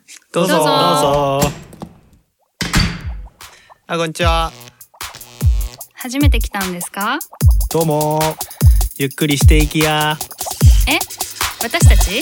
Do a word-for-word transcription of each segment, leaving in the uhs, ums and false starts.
どうぞ。どうぞ。あ、こんにちは。 初めて来たんですか？ どうも。ゆっくりしていきや。 え、私たち？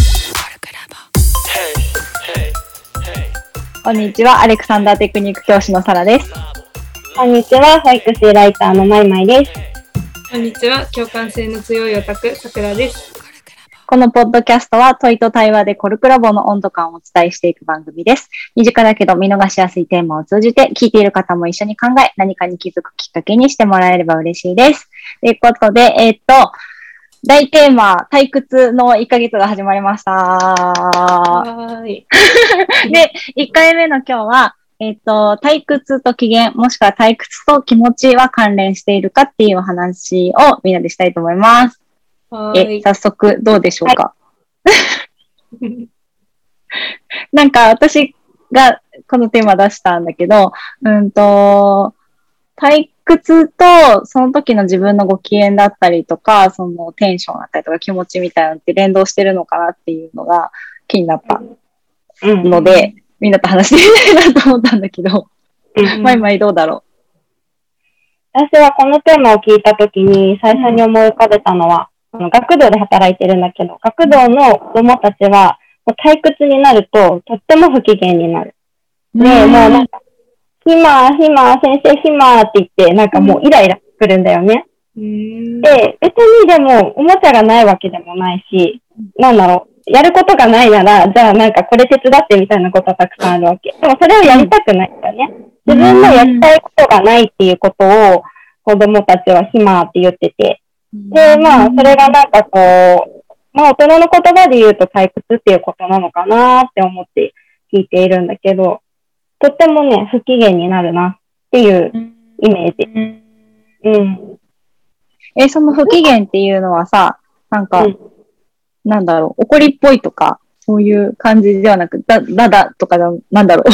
こんにちは、アレクサンダーテクニック教師のサラです。 こんにちは、保育士ライターのマイマイです。 こんにちは、共感性の強いオタク、さくらです。 このポッドキャストは問いと対話でコルクラボの温度感をお伝えしていく番組です。身近だけど見逃しやすいテーマを通じて聞いている方も一緒に考え、何かに気づくきっかけにしてもらえれば嬉しいです。ということで、えー、っと、大テーマ、退屈のいっかげつが始まりました。 はーい。 で、いっかいめの今日は、えっと、退屈と機嫌、もしくは退屈と気持ちは関連しているかっていう話をみんなでしたいと思います。 はーい。 え、早速どうでしょうか。はい、なんか私がこのテーマ出したんだけど、うんと、退屈とその時の自分のご機嫌だったりとか、そのテンションだったりとか気持ちみたいなのって連動してるのかなっていうのが気になったので、うん、みんなと話してみたいなと思ったんだけど、まいまいどうだろう。私はこのテーマを聞いたときに最初に思い浮かべたのは、あの学童で働いてるんだけど、学童の子供たちは退屈になるととっても不機嫌になる。で、もうなんか、暇、暇、先生暇って言って、なんかもうイライラするんだよね。で、別にでもおもちゃがないわけでもないし、なんだろう、やることがないなら、じゃあなんかこれ手伝ってみたいなことはたくさんあるわけ。でもそれをやりたくないんだよね。自分のやりたいことがないっていうことを子供たちは暇って言ってて。で、まあ、それがなんかこう、まあ大人の言葉で言うと退屈っていうことなのかなって思って聞いているんだけど、とってもね、不機嫌になるなっていうイメージ。うん。 え、その不機嫌っていうのはさ、なんか、うん、なんだろう、怒りっぽいとか、そういう感じではなく、だ、だだとかだ、なんだろう。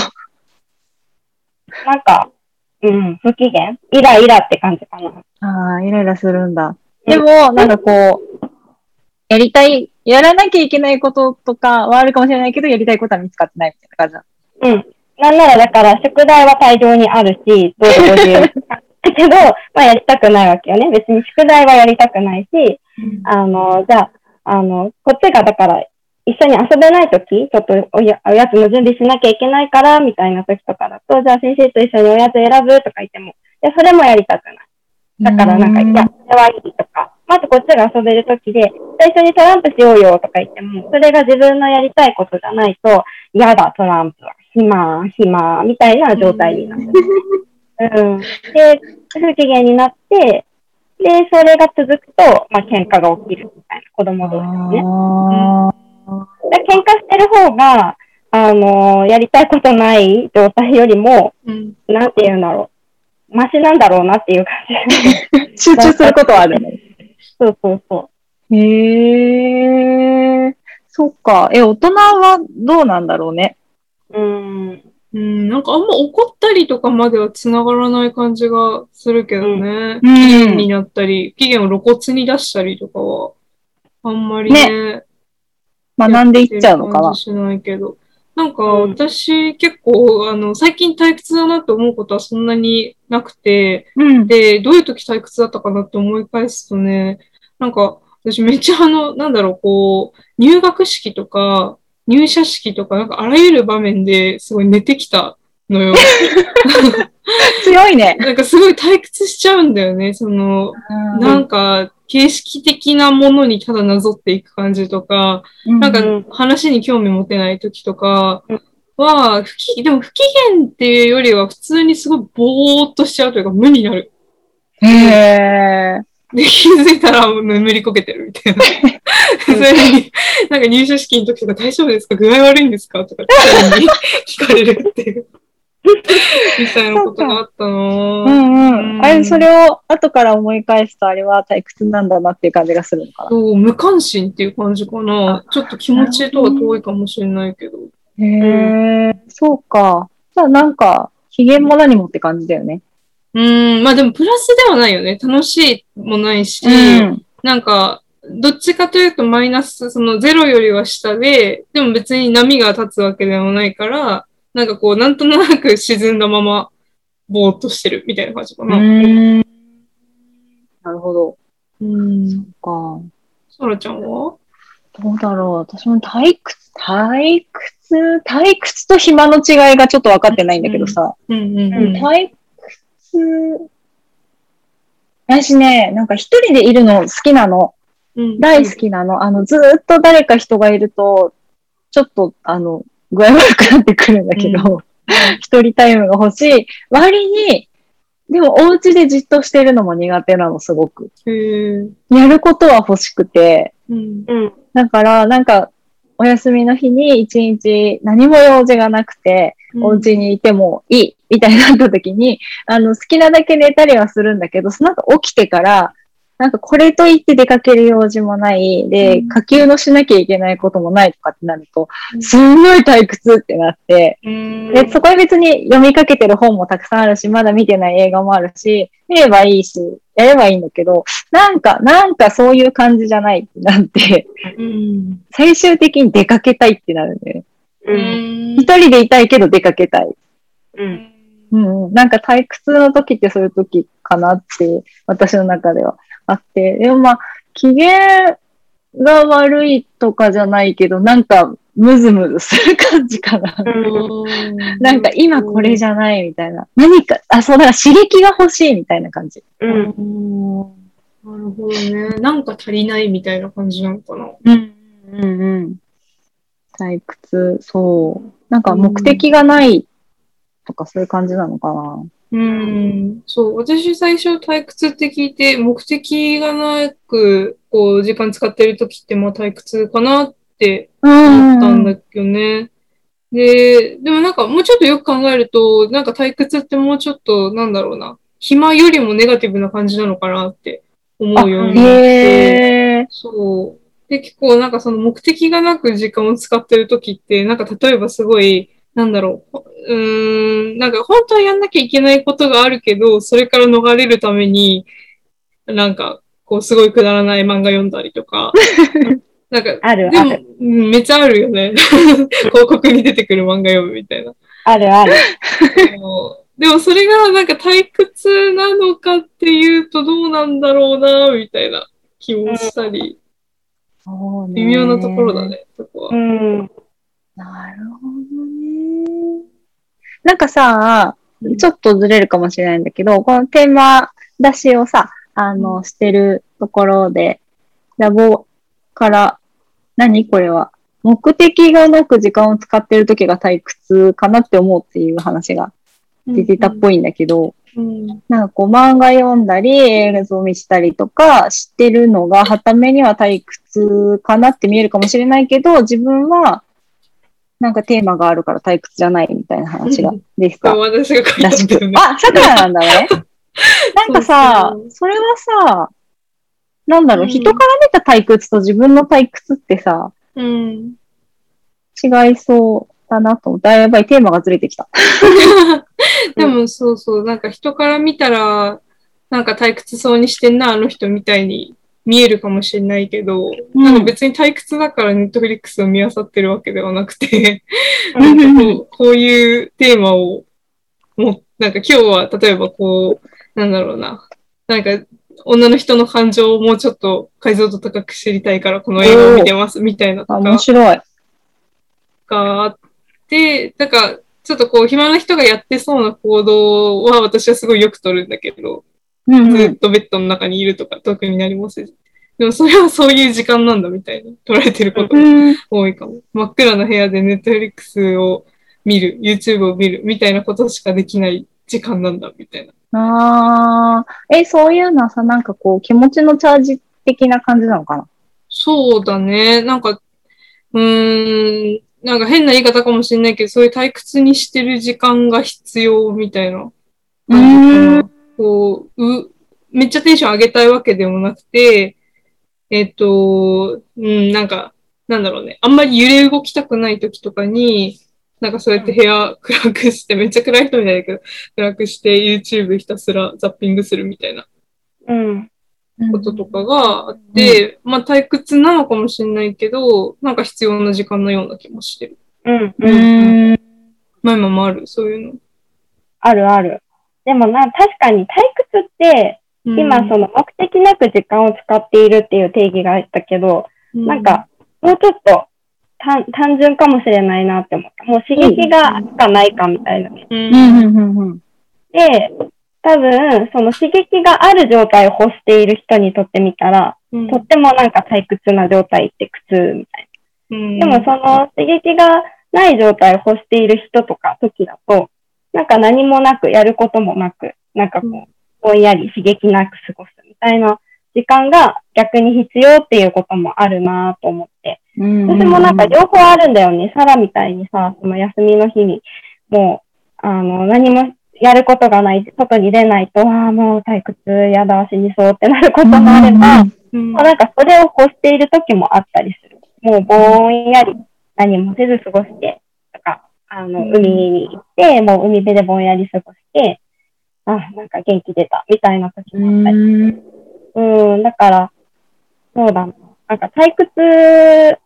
なんか、うん、不機嫌イライラって感じかな。 ああ、イライラするんだ。でも、なんかこう、やりたい、やらなきゃいけないこととかはあるかもしれないけど、やりたいことは見つかってないみたいな感じだ。うん。なんならだから、宿題は大量にあるし、どうぞご自由。だけど、まあやりたくないわけよね。別に宿題はやりたくないし、うん、あの、じゃあ、あの、こっちがだから、一緒に遊べないとき、ちょっとおや、おやつの準備しなきゃいけないから、みたいなときとかだと、じゃあ先生と一緒におやつ選ぶとか言っても、いや、それもやりたくない。だからなんか、いや、それはいいとか、まずこっちが遊べるときで、最初にトランプしようよとか言っても、それが自分のやりたいことじゃないと、やだ、トランプは、暇、暇、みたいな状態になる。うん。で、不機嫌になって、で、それが続くと、まあ、喧嘩が起きるみたいな、子供同士のね。うん、で喧嘩してる方が、あのー、やりたいことない状態よりも、うん、なんて言うんだろう。マシなんだろうなっていう感じ。集中することはあるね。 そうそうそう。 へー。そっか。え、大人はどうなんだろうね。 うん。うん、なんかあんま怒ったりとかまでは繋がらない感じがするけどね。うん、期限になったり、期限を露骨に出したりとかは、あんまりね。ね学んでいっちゃうのかな。 感じしないけど。なんか私、うん、結構、あの、最近退屈だなって思うことはそんなになくて、うん、で、どういう時退屈だったかなって思い返すとね、なんか私めっちゃあの、なんだろう、こう、入学式とか、入社式とか、なんかあらゆる場面ですごい寝てきたのよ。 強いね。 なんかすごい退屈しちゃうんだよね。その、なんか、形式的なものにただなぞっていく感じとか、うん、なんか話に興味持てない時とかは、不機でも不機嫌っていうよりは普通にすごいぼーっとしちゃうというか無になる。 へー。 で、気づいたら眠りこけてるみたいな。それに、なんか入社式の時とか大丈夫ですか？具合悪いんですか？とかって聞かれるっていう。みたいなことがあったなぁ。 うんうん。あれ、それを後から思い返すと、あれは退屈なんだなっていう感じがするのかな。 そう、無関心っていう感じかな。ちょっと気持ちとは遠いかもしれないけど。 へえ、そうか。じゃあなんか、機嫌も何もって感じだよね。 うん、まあでもプラスではないよね。楽しいもないし、うん、なんか、 どっちかというとマイナス、そのゼロよりは下で、でも別に波が立つわけでもないから、なんかこう、なんとなく沈んだまま、ぼーっとしてるみたいな感じかな。うーん。なるほど。 うん。 そっか。 そらちゃんはどうだろう。私も退屈、退屈、退屈と暇の違いがちょっと分かってないんだけどさ。 うんうんうん。 退屈、私ね、なんか一人でいるの好きなの。 うん、 大好きなの。あの、ずーっと誰か人がいると、ちょっと、あの、具合悪くなってくるんだけど、一人タイムが欲しい。割に、でもお家でじっとしてるのも苦手なの、すごく。 へー。 やることは欲しくて。 うんうん。 だから、なんか、お休みの日に一日何も用事がなくて、 うんお家にいてもいい、みたいになった時に、あの、好きなだけ寝たりはするんだけど、その後起きてから、なんかこれといって出かける用事もない、で、下級のしなきゃいけないこともないとかってなると、すんごい退屈ってなって、 うんで、そこは別に読みかけてる本もたくさんあるし、まだ見てない映画もあるし、見ればいいし、やればいいんだけど、なんか、なんかそういう感じじゃないってなって、 うん最終的に出かけたいってなるんだよね。 う。 うんん一人でいたいけど出かけたい。 うん。 うんうん。なんか退屈の時ってそういう時かなって、私の中ではあって。でもまあ、機嫌が悪いとかじゃないけど、なんかムズムズする感じかな。なんか今これじゃないみたいな。何か、あ、そうだから刺激が欲しいみたいな感じ。 うん。 うんなるほどね。なんか足りないみたいな感じなのかな。 うんうんうん。退屈、そう。なんか目的がないとかそういう感じなのかな。 うん、そう。私最初退屈って聞いて、目的がなく、こう、時間使ってる時って、まあ退屈かなって思ったんだけどね。で、でもなんかもうちょっとよく考えると、なんか退屈ってもうちょっと、なんだろうな。暇よりもネガティブな感じなのかなって思うようになって。 へー。 そう。で、結構なんかその目的がなく時間を使ってる時って、なんか例えばすごい、なんだろう、うーん、なんか本当はやんなきゃいけないことがあるけど、それから逃れるために、なんか、こうすごいくだらない漫画読んだりとか、なんか、 あるでもある。 うんめっちゃあるよね。広告に出てくる漫画読むみたいな。 あるある。 でもそれがなんか退屈なのかっていうとどうなんだろうな、みたいな気もしたり。 そうね微妙なところだね、そこは。 うん。 なるほどね。なんかさ、ちょっとずれるかもしれないんだけど、このテーマ出しをさ、あの、してるところで、ラボから、何これは。目的がなく時間を使ってる時が退屈かなって思うっていう話が出てたっぽいんだけど、 うんなんかこう漫画読んだり、映像を見したりとかしてるのが、はためには退屈かなって見えるかもしれないけど、自分は、なんかテーマがあるから退屈じゃないみたいな話がでした。 そう私が書いらしくたんだよね。 あ、桜なんだね。なんかさ、 そうそうそれはさ、なんだろう、 うん人から見た退屈と自分の退屈ってさ、 うん。 違いそうだなと思って、あ、やばい、テーマがずれてきた。 でもそうそう、なんか人から見たら、なんか退屈そうにしてんな、あの人みたいに見えるかもしれないけど、 うんなんか別に退屈だからネットフリックスを見漁ってるわけではなくて、 うなんんかこうこういうテーマをも、なんか今日は例えばこう、なんだろうな、なんか女の人の感情をもうちょっと解像度高く知りたいからこの映画を見てますみたいなとあ、 か面白い。 があって、なんかちょっとこう暇な人がやってそうな行動は私はすごいよく取るんだけど、 うんうん。 ずっとベッドの中にいるとか特になりもせず。でもそれはそういう時間なんだみたいに捉えてることがうん多いかも。真っ暗な部屋でネットフリックスを見る、YouTube を見るみたいなことしかできない時間なんだみたいな。 あー、え、そういうのはさ、なんかこう、気持ちのチャージ的な感じなのかな？ そうだね。なんか、うーん、なんか変な言い方かもしれないけど、そういう退屈にしてる時間が必要みたいな感じかな。こう、う、めっちゃテンション上げたいわけでもなくて、えっと、うん、なんか、なんだろうね。あんまり揺れ動きたくない時とかに、なんかそうやって部屋暗くして、めっちゃ暗い人みたいだけど、暗くして YouTube ひたすらザッピングするみたいなうん。 こととかがあって、うん、まあ退屈なのかもしれないけど、なんか必要な時間のような気もしてる。 うん。 うん。まあ今もある、そういうの。 あるある。でもな、確かに退屈って、うん、今その目的なく時間を使っているっていう定義があったけど、うん、なんか、もうちょっと単純かもしれないなって思った。もう刺激があるかないかみたいな。うん、で、多分、その刺激がある状態を欲している人にとってみたら、うん、とってもなんか退屈な状態って苦痛みたいな。うん、でもその刺激がない状態を欲している人とか時だと、なんか何もなくやることもなく、なんかこう、ぼんやり刺激なく過ごすみたいな時間が逆に必要っていうこともあるなと思って。うん、私もなんか両方あるんだよね。サラみたいにさ、その休みの日に、もう、あの、何もやることがない、外に出ないと、ああ、もう退屈、やだ、死にそうってなることもあれば、うん、なんかそれを欲している時もあったりする。もうぼんやり何もせず過ごして、とか、あの、海に行って、もう海辺でぼんやり過ごして、あ、なんか元気出た、みたいな時もあったりする。うん、だから、そうだな。なんか退屈って、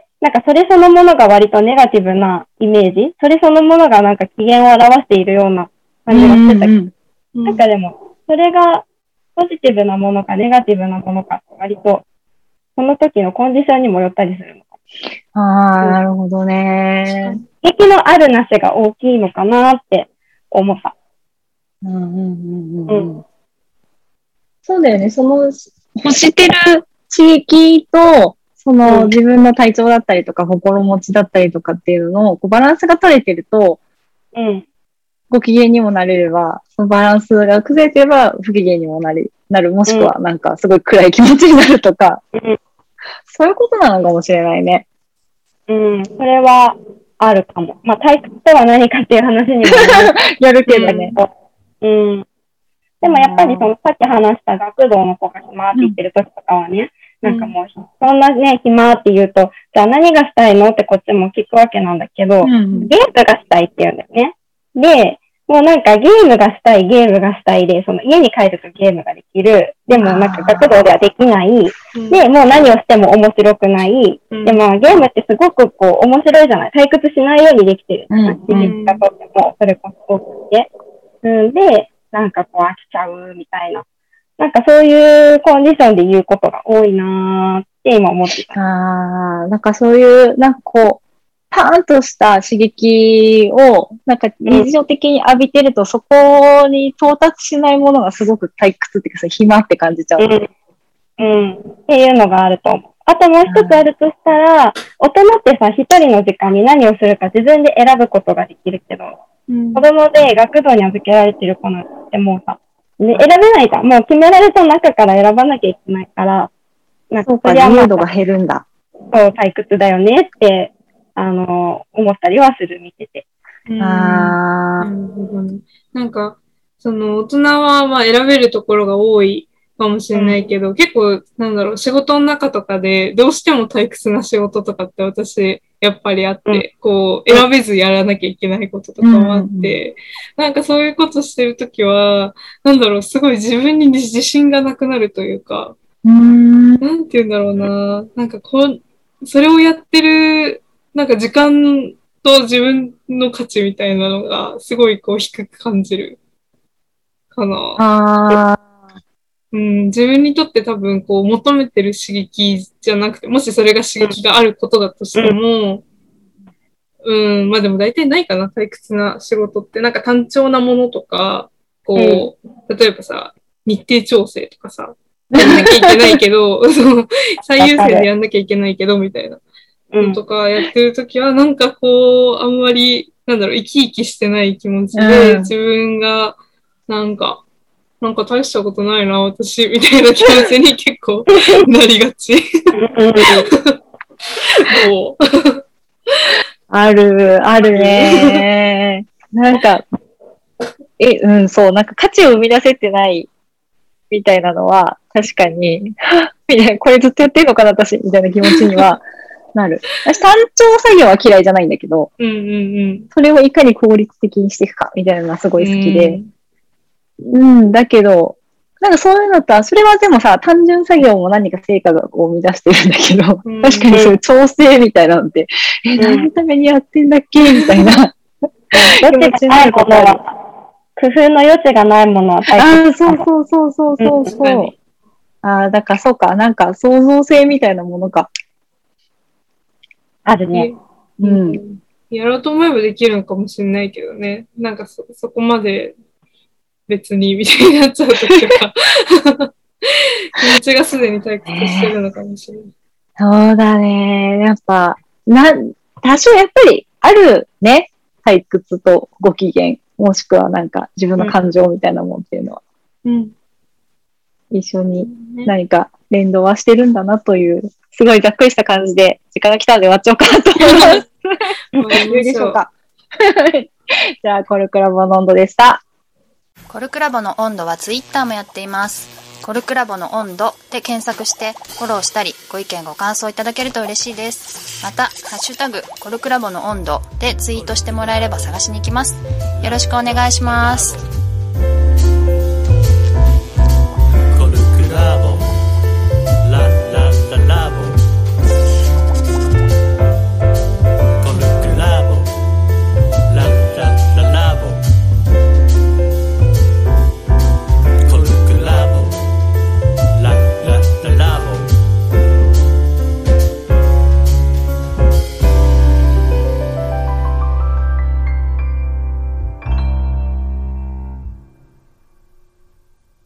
なんかそれそのものが割とネガティブなイメージ、それそのものがなんか機嫌を表しているような感じがしてたけど、うんうん、なんかでも、それがポジティブなものかネガティブなものかって割と、その時のコンディションにもよったりするのかも。ああ、なるほどね。 刺激のあるなしが大きいのかなって思った。 うんうんうんうん、そうだよね。その欲してる刺激と、その、うん、自分の体調だったりとか、心持ちだったりとかっていうのを、こうバランスが取れてると、 うん、 ご機嫌にもなれれば、そのバランスが崩れてれば、不機嫌にもなる、なる、もしくはなんかすごい暗い気持ちになるとか、うん、そういうことなのかもしれないね。 うん、それはあるかも。まあ、退屈とは何かっていう話にもやるけどね。 うん。うんでもやっぱりそのさっき話した学童の子が暇って言ってる時とかはね、うん、なんかもうそんなね、暇って言うと、じゃあ何がしたいのってこっちも聞くわけなんだけど、うん、ゲームがしたいって言うんだよね。で、もうなんかゲームがしたい、ゲームがしたいで、その家に帰るとゲームができる。でもなんか学童ではできない。で、もう何をしても面白くない。うん、でもゲームってすごくこう面白いじゃない。退屈しないようにできてる。刺激がとっても、それこそ多くて。うんで、なんかこう飽きちゃうみたいな。なんかそういうコンディションで言うことが多いなーって今思ってた。 ああ、なんかそういう、なんかこう、パーンとした刺激を、なんか日常的に浴びてると、うん、そこに到達しないものがすごく退屈っていうか、暇って感じちゃう、 ね。うん。うん。っていうのがあると思う。あともう一つあるとしたら、大人ってさ、一人の時間に何をするか自分で選ぶことができるけど、うん、子供で学童に預けられてる子なんてもうさ、ね、選べないじゃん。もう決められた中から選ばなきゃいけないから、 なんかそれは自由度が減るんだ。 そう、退屈だよねって、あの、思ったりはする、見てて。 ああ。 なるほどね。なんか、その、大人はまあ選べるところが多いかもしれないけど、うん、結構、なんだろう、仕事の中とかで、どうしても退屈な仕事とかって私、やっぱりあって、うん、こう、選べずやらなきゃいけないこととかもあって、うん、なんかそういうことしてるときは、なんだろう、すごい自分に自信がなくなるというか、 うん、 なんて言うんだろうな、なんかこう、それをやってる、なんか時間と自分の価値みたいなのが、すごいこう低く感じるかな。 あうん、自分にとって多分こう求めてる刺激じゃなくて、もしそれが刺激があることだとしても、うん、まあでも大体ないかな、退屈な仕事って。なんか単調なものとか、こう、例えばさ、日程調整とかさ、やんなきゃいけないけど、その最優先でやんなきゃいけないけど、みたいなのとかやってるときは、なんかこう、あんまり、なんだろう、生き生きしてない気持ちで、自分が、なんか、なんか大したことないな、私、みたいな気持ちに結構なりがち。どうある、あるね。なんか、え、うん、そう、なんか価値を生み出せてないみたいなのは、確かに、みたいな、これずっとやってるのかな、私、みたいな気持ちにはなる。私、単調作業は嫌いじゃないんだけど、 うんうんうん、 それをいかに効率的にしていくか、みたいなのがすごい好きで、うん、うん、だけど、 なんかそういうのとは、それはでもさ、単純作業も何か成果を生み出してるんだけど、 うん、 確かにそういう調整みたいなのって、え、何のためにやってんだっけみたいな。 余地がないものは、工夫の余地がないものは大切。 ああ、そうそうそうそうそうそう。うん、ああ、だからそうか、なんか創造性みたいなものか。 あるね。 うん。 やろうと思えばできるのかもしれないけどね。なんかそ、そこまで別にみたいになっちゃうときとか、気持ちがすでに退屈してるのかもしれない。 そうだね。やっぱ、な、多少やっぱりあるね。退屈とご機嫌、もしくはなんか自分の感情みたいなもんっていうのは。 うん。 一緒に何か連動はしてるんだなという、すごいざっくりした感じで、時間が来たので終わっちゃおうかなと思います。いいでしょうか。じゃあ、コルクラボの温度でした。 コルクラボの温度はツイッターもやっています。コルクラボの温度で検索してフォローしたり、ご意見ご感想いただけると嬉しいです。また、ハッシュタグコルクラボの温度でツイートしてもらえれば探しに行きます。よろしくお願いします。